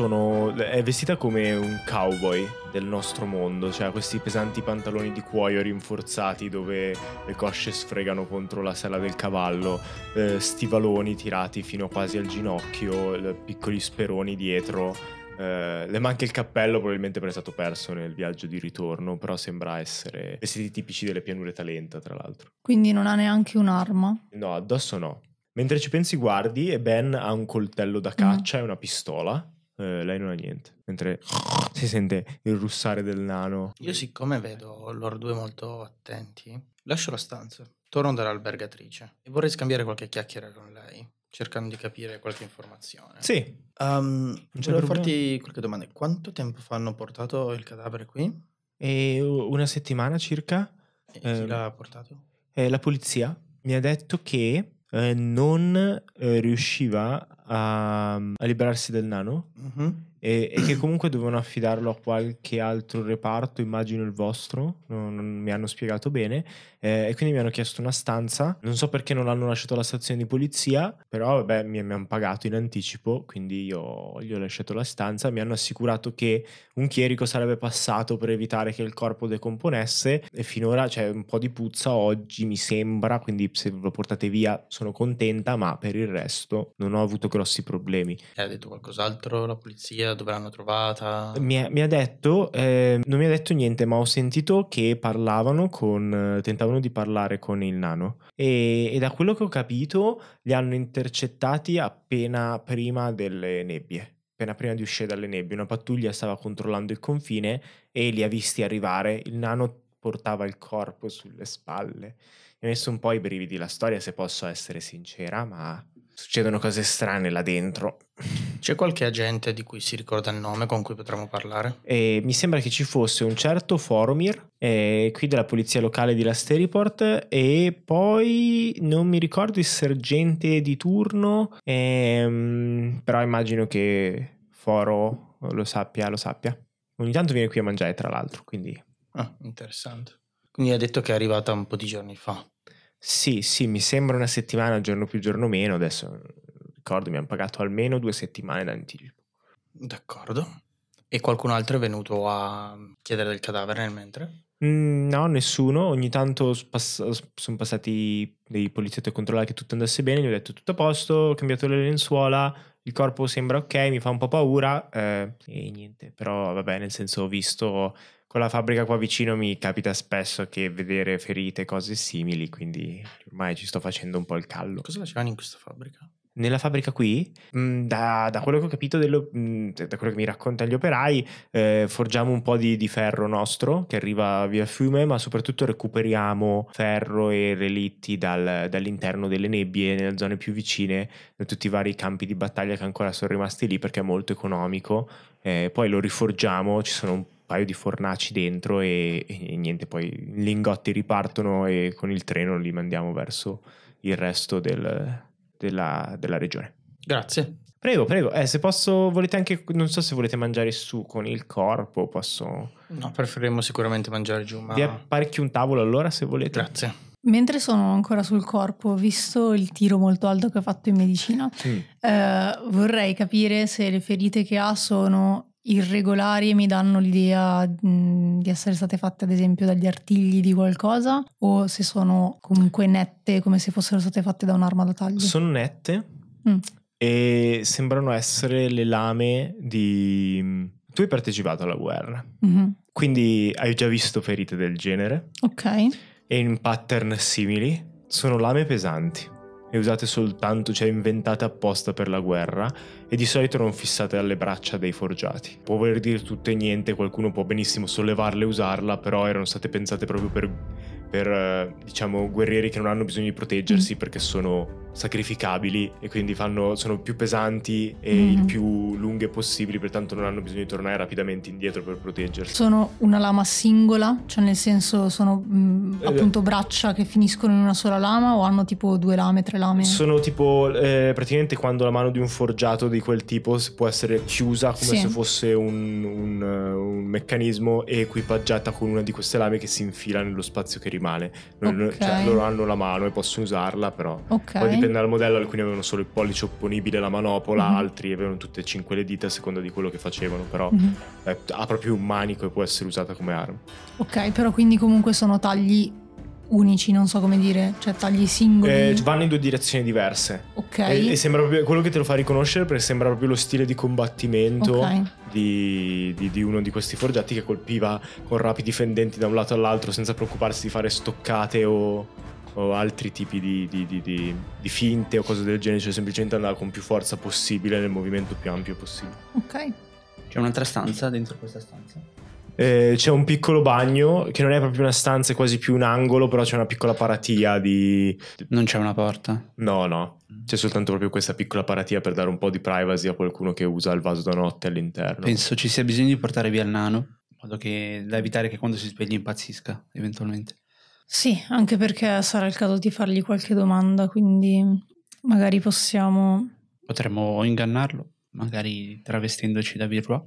È vestita come un cowboy del nostro mondo. Cioè questi pesanti pantaloni di cuoio rinforzati dove le cosce sfregano contro la sella del cavallo, stivaloni tirati fino quasi al ginocchio, piccoli speroni dietro. Le manca il cappello, probabilmente perché è stato perso nel viaggio di ritorno, però sembra essere vestiti tipici delle pianure Talenta, tra l'altro. Quindi non ha neanche un'arma? No, addosso no. Mentre ci pensi guardi e Ben ha un coltello da caccia e una pistola. Lei non ha niente. Mentre si sente il russare del nano. Io siccome vedo loro due molto attenti, lascio la stanza, torno dall'albergatrice e vorrei scambiare qualche chiacchiera con lei, cercando di capire qualche informazione. Sì. Volevo problema. farti qualche domanda. Quanto tempo fa hanno portato il cadavere qui? E una settimana circa. E chi l'ha portato? La polizia mi ha detto che non riusciva a liberarsi del nano e che comunque dovevano affidarlo a qualche altro reparto, immagino il vostro, non mi hanno spiegato bene, e quindi mi hanno chiesto una stanza. Non so perché non l'hanno lasciato alla stazione di polizia, però vabbè, mi hanno pagato in anticipo, quindi io gli ho lasciato la stanza. Mi hanno assicurato che un chierico sarebbe passato per evitare che il corpo decomponesse e finora c'è un po' di puzza oggi, mi sembra, quindi se lo portate via sono contenta, ma per il resto non ho avuto grossi problemi. Ha detto qualcos'altro la polizia? Dove l'hanno trovata? Mi ha detto, non mi ha detto niente, ma ho sentito che tentavano di parlare con il nano e da quello che ho capito li hanno intercettati appena prima delle nebbie. Appena prima di uscire dalle nebbie, una pattuglia stava controllando il confine e li ha visti arrivare. Il nano portava il corpo sulle spalle. Mi ha messo un po' i brividi la storia, se posso essere sincera, ma succedono cose strane là dentro. C'è qualche agente di cui si ricorda il nome con cui potremmo parlare? E mi sembra che ci fosse un certo Foromir, qui della polizia locale di Lasteriport, e poi non mi ricordo il sergente di turno, però immagino che Foro lo sappia. Ogni tanto viene qui a mangiare, tra l'altro, quindi... Ah, interessante. Quindi ha detto che è arrivata un po' di giorni fa. Sì, mi sembra una settimana, giorno più giorno meno, adesso ricordo mi hanno pagato almeno 2 settimane d'anticipo. D'accordo. E qualcun altro è venuto a chiedere del cadavere nel mentre? No, nessuno. Ogni tanto sono passati dei poliziotti a controllare che tutto andasse bene, gli ho detto tutto a posto, ho cambiato le lenzuola, il corpo sembra ok, mi fa un po' paura e niente, però vabbè, nel senso, ho visto con la fabbrica qua vicino, mi capita spesso che vedere ferite, cose simili, quindi ormai ci sto facendo un po' il callo. Cosa facevano in questa fabbrica? Nella fabbrica qui, da quello che ho capito, da quello che mi raccontano gli operai, forgiamo un po' di ferro nostro che arriva via fiume, ma soprattutto recuperiamo ferro e relitti dall'interno delle nebbie, nelle zone più vicine, da tutti i vari campi di battaglia che ancora sono rimasti lì perché è molto economico. Poi lo riforgiamo, ci sono un paio di fornaci dentro e niente, poi i lingotti ripartono e con il treno li mandiamo verso il resto della regione. Grazie. Prego. Se posso, volete anche, non so se volete mangiare su con il corpo, posso... No, preferiremo sicuramente mangiare giù, ma... Vi apparecchio un tavolo allora se volete. Grazie. Mentre sono ancora sul corpo, visto il tiro molto alto che ho fatto in medicina, vorrei capire se le ferite che ha sono irregolari e mi danno l'idea di essere state fatte ad esempio dagli artigli di qualcosa, o se sono comunque nette come se fossero state fatte da un'arma da taglio. Sono nette e sembrano essere le lame di... Tu hai partecipato alla guerra, quindi hai già visto ferite del genere. Ok. E in pattern simili. Sono lame pesanti e usate soltanto, cioè inventate apposta per la guerra, e di solito non fissate alle braccia dei forgiati. Può voler dire tutto e niente, qualcuno può benissimo sollevarla e usarla, però erano state pensate proprio per diciamo guerrieri che non hanno bisogno di proteggersi perché sono sacrificabili e quindi sono più pesanti e il più lunghe possibili, pertanto non hanno bisogno di tornare rapidamente indietro per proteggersi. Sono una lama singola, cioè nel senso sono appunto braccia che finiscono in una sola lama, o hanno tipo 2 lame, 3 lame? Sono tipo praticamente quando la mano di un forgiato di quel tipo può essere chiusa come se fosse un meccanismo e equipaggiata con una di queste lame che si infila nello spazio che rimane. Cioè, loro hanno la mano e possono usarla, però poi dipende dal modello. Alcuni avevano solo il pollice opponibile alla manopola, altri avevano tutte e 5 le dita a seconda di quello che facevano, però ha proprio un manico e può essere usata come arma. Ok, però quindi comunque sono tagli unici, non so come dire, cioè tagli singoli. Vanno in 2 direzioni diverse. Ok. E sembra proprio quello che te lo fa riconoscere, perché sembra proprio lo stile di combattimento di uno di questi forgiati che colpiva con rapidi fendenti da un lato all'altro senza preoccuparsi di fare stoccate o altri tipi di finte o cose del genere, cioè semplicemente andava con più forza possibile nel movimento più ampio possibile. Ok. C'è un'altra stanza dentro questa stanza? C'è un piccolo bagno che non è proprio una stanza, è quasi più un angolo, però c'è una piccola paratia Non c'è una porta? No, c'è soltanto proprio questa piccola paratia per dare un po' di privacy a qualcuno che usa il vaso da notte all'interno. Penso ci sia bisogno di portare via il nano, in modo da evitare che quando si svegli impazzisca eventualmente. Sì, anche perché sarà il caso di fargli qualche domanda, quindi magari Potremmo ingannarlo, magari travestendoci da Virua.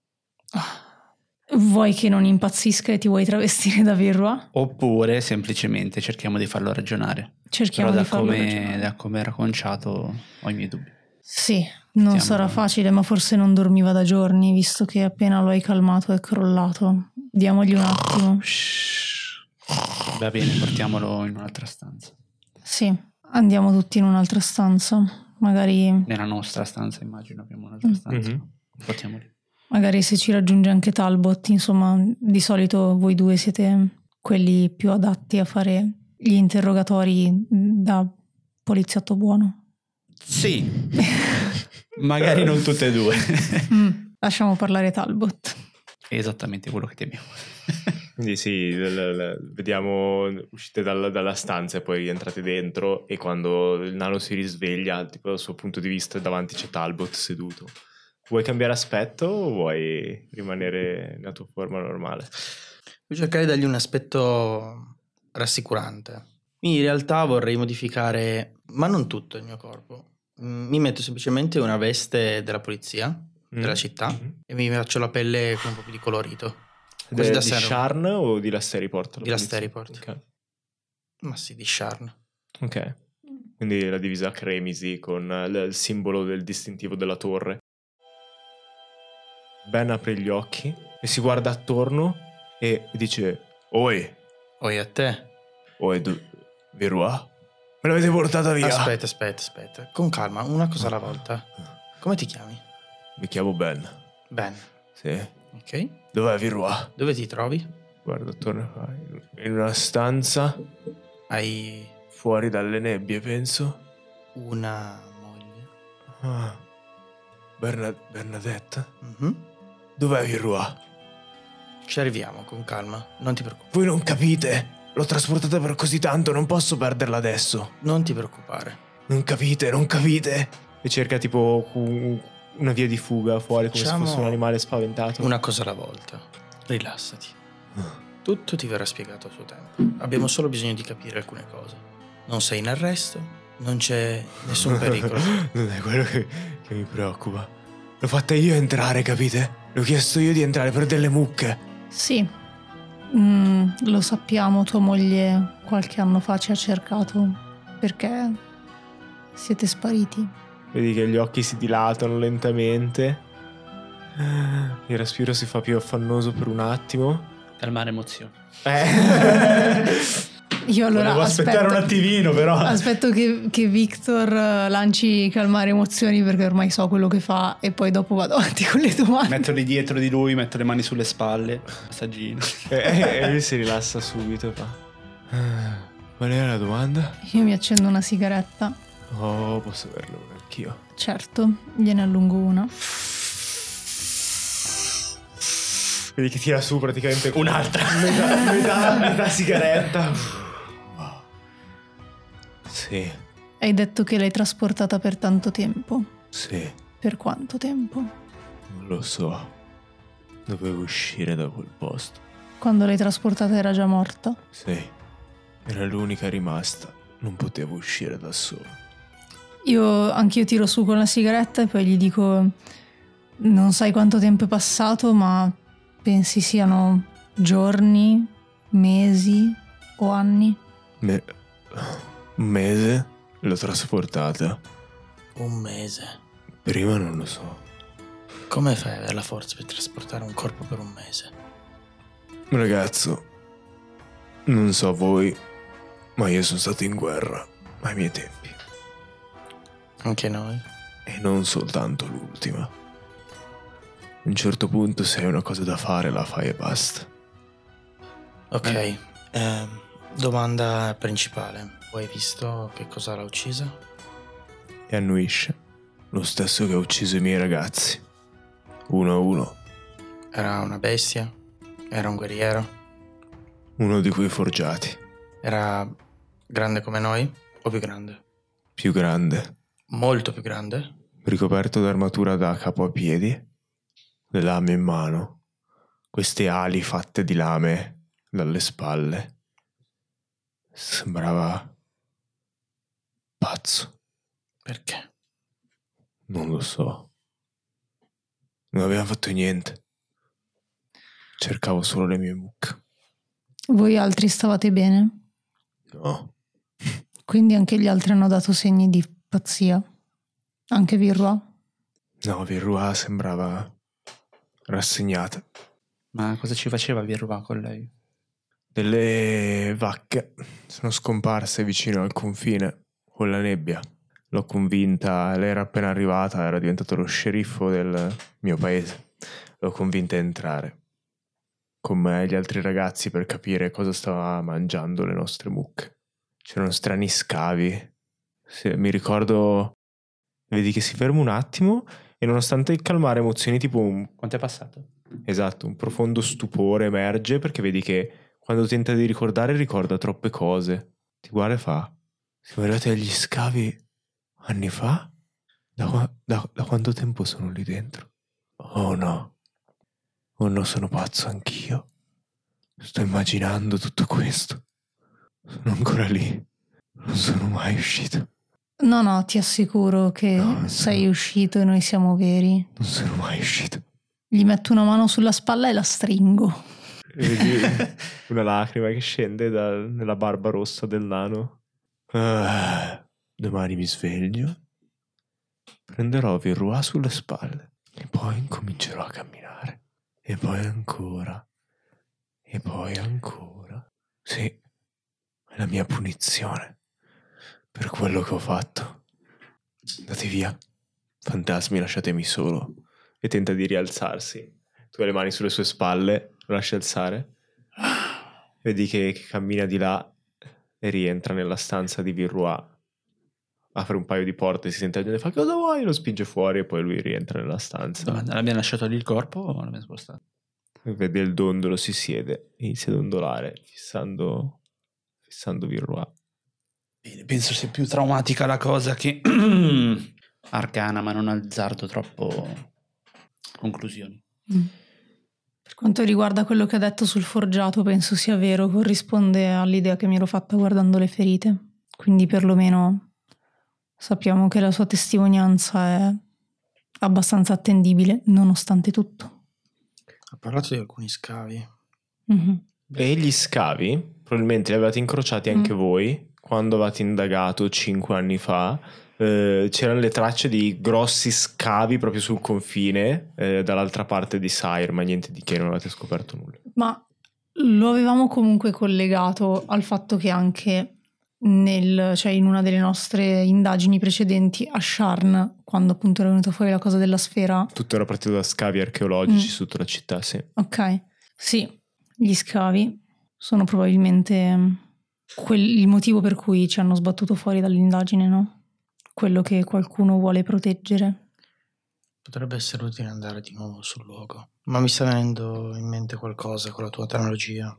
Vuoi che non impazzisca e ti vuoi travestire da Virua? Oppure semplicemente cerchiamo di farlo ragionare. Cerchiamo Però di farlo ragionare. Da come era conciato ho i miei dubbi. Sì, non sarà facile, ma forse non dormiva da giorni, visto che appena lo hai calmato è crollato. Diamogli un attimo. Va bene, portiamolo in un'altra stanza. Sì, andiamo tutti in un'altra stanza. Magari nella nostra stanza, immagino abbiamo un'altra stanza. Portiamoli. Magari se ci raggiunge anche Talbot, insomma, di solito voi due siete quelli più adatti a fare gli interrogatori da poliziotto buono. Sì, magari non tutte e due. Lasciamo parlare Talbot. È esattamente quello che temiamo. Quindi sì, vediamo, uscite dalla stanza e poi rientrate dentro, e quando il nano si risveglia, tipo dal suo punto di vista, davanti c'è Talbot seduto. Vuoi cambiare aspetto o vuoi rimanere nella tua forma normale? Vuoi cercare di dargli un aspetto rassicurante. In realtà vorrei modificare, ma non tutto il mio corpo. Mi metto semplicemente una veste della polizia della città e mi faccio la pelle con un po' più di colorito. Di Sharn o di Lasteriport? Di Lasteriport. Okay. Ma sì, di Sharn. Ok. Quindi la divisa a cremisi con il simbolo del distintivo della torre. Ben apre gli occhi e si guarda attorno e dice: Oi a te. Oi, Virua? Me l'avete portata via? Aspetta. Con calma, una cosa alla volta. Come ti chiami? Mi chiamo Ben. Ben. Sì. Ok. Dov'è Virua? Dove ti trovi? Guarda attorno, in una stanza. Hai fuori dalle nebbie, penso. Una moglie. Ah. Bernadette? Dov'è Virua? Ci arriviamo, con calma, non ti preoccupare. Voi non capite? L'ho trasportata per così tanto, non posso perderla adesso. Non ti preoccupare. Non capite? E cerca tipo una via di fuga fuori, come se fosse un animale spaventato. Una cosa alla volta. Rilassati. Tutto ti verrà spiegato a suo tempo. Abbiamo solo bisogno di capire alcune cose. Non sei in arresto, non c'è nessun pericolo. Non è quello che mi preoccupa. L'ho fatta io entrare, capite? L'ho chiesto io di entrare per delle mucche. Sì, lo sappiamo, tua moglie qualche anno fa ci ha cercato perché siete spariti. Vedi che gli occhi si dilatano lentamente. Il respiro si fa più affannoso per un attimo. Calmare emozioni. Io allora Volevo aspettare un attimino, però. Aspetto che Victor lanci calmare emozioni, perché ormai so quello che fa, e poi dopo vado avanti con le domande. Metto lì dietro di lui, metto le mani sulle spalle, massaggino. E lui si rilassa subito e fa: qual era la domanda? Io mi accendo una sigaretta. Oh, posso averlo anch'io. Certo, gliene allungo una. Vedi che tira su praticamente un'altra metà sigaretta. Sì, Hai detto che l'hai trasportata per tanto tempo. sì, Per quanto tempo? non lo so. Dovevo uscire da quel posto. Quando l'hai trasportata era già morta? Sì, era l'unica rimasta. Non potevo uscire da solo. Anch'io tiro su con la sigaretta e poi gli dico: non sai quanto tempo è passato, ma pensi siano giorni, mesi o anni? Un mese l'ho trasportata. Un mese. Prima non lo so. Come fai ad avere la forza per trasportare un corpo per un mese? Ragazzo, non so voi, ma io sono stato in guerra ai miei tempi. Anche noi? E non soltanto l'ultima. A un certo punto, se hai una cosa da fare, la fai e basta. Ok, domanda principale. Hai visto che cosa l'ha uccisa? E annuisce. Lo stesso che ha ucciso i miei ragazzi. Uno a uno. Era una bestia? Era un guerriero? Uno di quei forgiati. Era grande come noi o più grande? Più grande. Molto più grande? Ricoperto d'armatura da capo a piedi. Le lame in mano. Queste ali fatte di lame dalle spalle. Sembrava pazzo. Perché? Non lo so. Non avevamo fatto niente. Cercavo solo le mie mucche. Voi altri stavate bene? No. Quindi anche gli altri hanno dato segni di pazzia? Anche Virua? No, Virua sembrava rassegnata. Ma cosa ci faceva Virua con lei? Delle vacche sono scomparse vicino al confine con la nebbia. L'ho convinta, lei era appena arrivata, era diventato lo sceriffo del mio paese. L'ho convinta a entrare con me e gli altri ragazzi per capire cosa stava mangiando le nostre mucche. C'erano strani scavi. Mi ricordo, vedi che si ferma un attimo e nonostante il calmare emozioni tipo Quanto è passato? esatto, un profondo stupore emerge perché vedi che quando tenta di ricordare ricorda troppe cose. Ti guarda e fa: siamo arrivati agli scavi anni fa? Da quanto tempo sono lì dentro? Oh no, sono pazzo anch'io. Sto immaginando tutto questo. Sono ancora lì. Non sono mai uscito. No, ti assicuro che No, sei uscito e noi siamo veri. Non sono mai uscito. Gli metto una mano sulla spalla e la stringo. Vedi una lacrima che scende nella barba rossa del nano. Domani mi sveglio, prenderò Virua sulle spalle e poi incomincerò a camminare. E poi ancora. E poi ancora. Sì, è la mia punizione per quello che ho fatto. Andate via, fantasmi, lasciatemi solo. E tenta di rialzarsi. Tu hai le mani sulle sue spalle, lo lasci alzare. Vedi che cammina di là e rientra nella stanza di Virua. Apre un paio di porte, si sente e fa: cosa vuoi? Lo spinge fuori e poi lui rientra nella stanza. Domanda, l'abbiamo lasciato lì il corpo o l'abbiamo spostato? Vede il dondolo, si siede, inizia a dondolare, fissando Virua. Bene, penso sia più traumatica la cosa che arcana, ma non azzardo troppo conclusioni. Per quanto riguarda quello che ha detto sul forgiato, penso sia vero, corrisponde all'idea che mi ero fatta guardando le ferite. Quindi perlomeno sappiamo che la sua testimonianza è abbastanza attendibile, nonostante tutto. Ha parlato di alcuni scavi. Mhm. E gli scavi probabilmente li avevate incrociati anche voi quando avevate indagato 5 anni fa. C'erano le tracce di grossi scavi proprio sul confine dall'altra parte di Sire, ma niente di che, non avete scoperto nulla. Ma lo avevamo comunque collegato al fatto che anche cioè in una delle nostre indagini precedenti a Sharn, quando appunto era venuta fuori la cosa della sfera. Tutto era partito da scavi archeologici su tutta la città, sì. Ok, sì, gli scavi sono probabilmente il motivo per cui ci hanno sbattuto fuori dall'indagine, no? Quello che qualcuno vuole proteggere. Potrebbe essere utile andare di nuovo sul luogo, ma mi sta venendo in mente qualcosa con la tua tecnologia.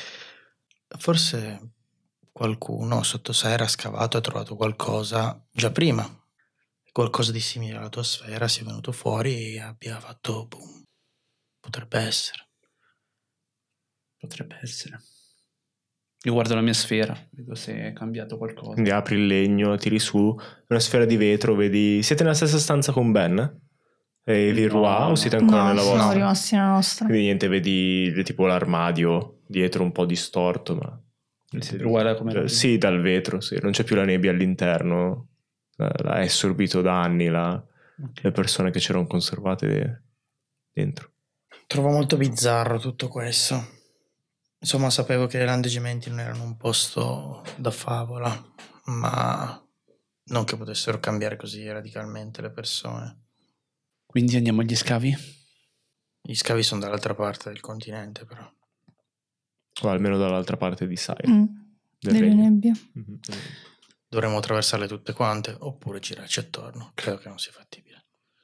Forse qualcuno sotto Sire ha scavato e ha trovato qualcosa già prima. Qualcosa di simile alla tua sfera sia venuto fuori e abbia fatto boom. Potrebbe essere. Potrebbe essere. Io guardo la mia sfera, vedo se è cambiato qualcosa. Quindi apri il legno, tiri su una sfera di vetro, vedi. Siete nella stessa stanza con Ben? E Villeroy o siete ancora nella vostra? Siamo rimasti nella nostra. Quindi niente, vedi tipo l'armadio dietro un po' distorto, ma Uguale come sì, dal vetro, sì. Non c'è più la nebbia all'interno, l'ha assorbito da anni le persone che c'erano conservate dentro. Trovo molto bizzarro tutto questo. Insomma, sapevo che i landeggiamenti non erano un posto da favola, ma non che potessero cambiare così radicalmente le persone. Quindi andiamo agli scavi? Gli scavi sono dall'altra parte del continente, però. O almeno dall'altra parte di Sire. Delle regno. nebbie. Mm-hmm. Dovremmo attraversarle tutte quante, oppure girarci attorno. Credo che non sia fattibile.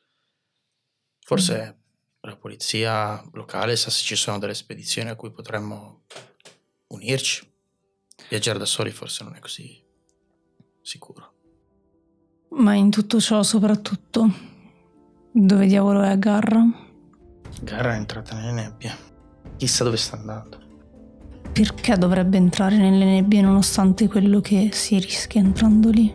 Forse la polizia locale sa se ci sono delle spedizioni a cui potremmo unirci. Viaggiare da soli forse non è così sicuro. Ma in tutto ciò soprattutto, dove diavolo è Garra? Garra è entrata nelle nebbie. Chissà dove sta andando. Perché dovrebbe entrare nelle nebbie nonostante quello che si rischia entrando lì?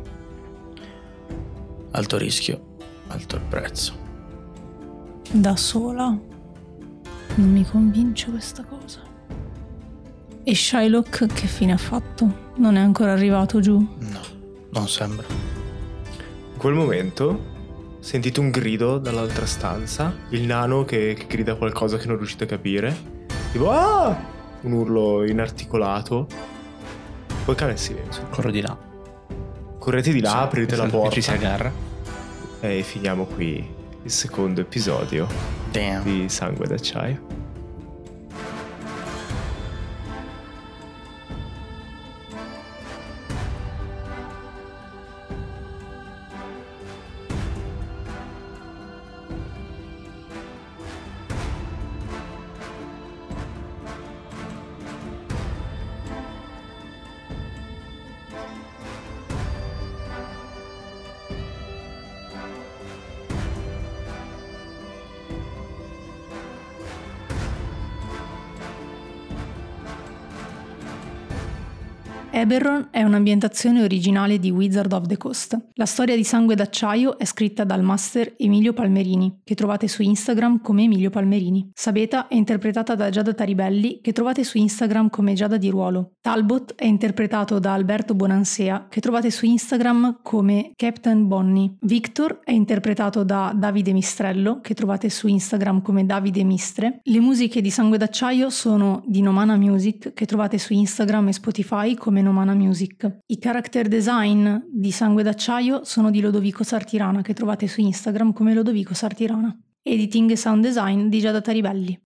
Alto rischio, alto il prezzo. Da sola non mi convince questa cosa. E Shylock che fine ha fatto? Non è ancora arrivato giù? No, non sembra. In quel momento sentite un grido dall'altra stanza, il nano che grida qualcosa che non riuscite a capire, tipo ah! Un urlo inarticolato. Poi cade il silenzio. Corro di là. Correte di là, aprite la porta. Ci si aggarra. E finiamo qui il secondo episodio di Sangue d'acciaio. Eberron è un'ambientazione originale di Wizard of the Coast. La storia di Sangue d'acciaio è scritta dal master Emilio Palmerini, che trovate su Instagram come Emilio Palmerini. Sabeta è interpretata da Giada Taribelli, che trovate su Instagram come Giada di Ruolo. Talbot è interpretato da Alberto Bonansea, che trovate su Instagram come Captain Bonnie. Victor è interpretato da Davide Mistrello, che trovate su Instagram come Davide Mistre. Le musiche di Sangue d'acciaio sono di Nomana Music, che trovate su Instagram e Spotify come Nomana Music. I character design di Sangue d'acciaio sono di Lodovico Sartirana, che trovate su Instagram come Lodovico Sartirana. Editing e sound design di Giada Taribelli.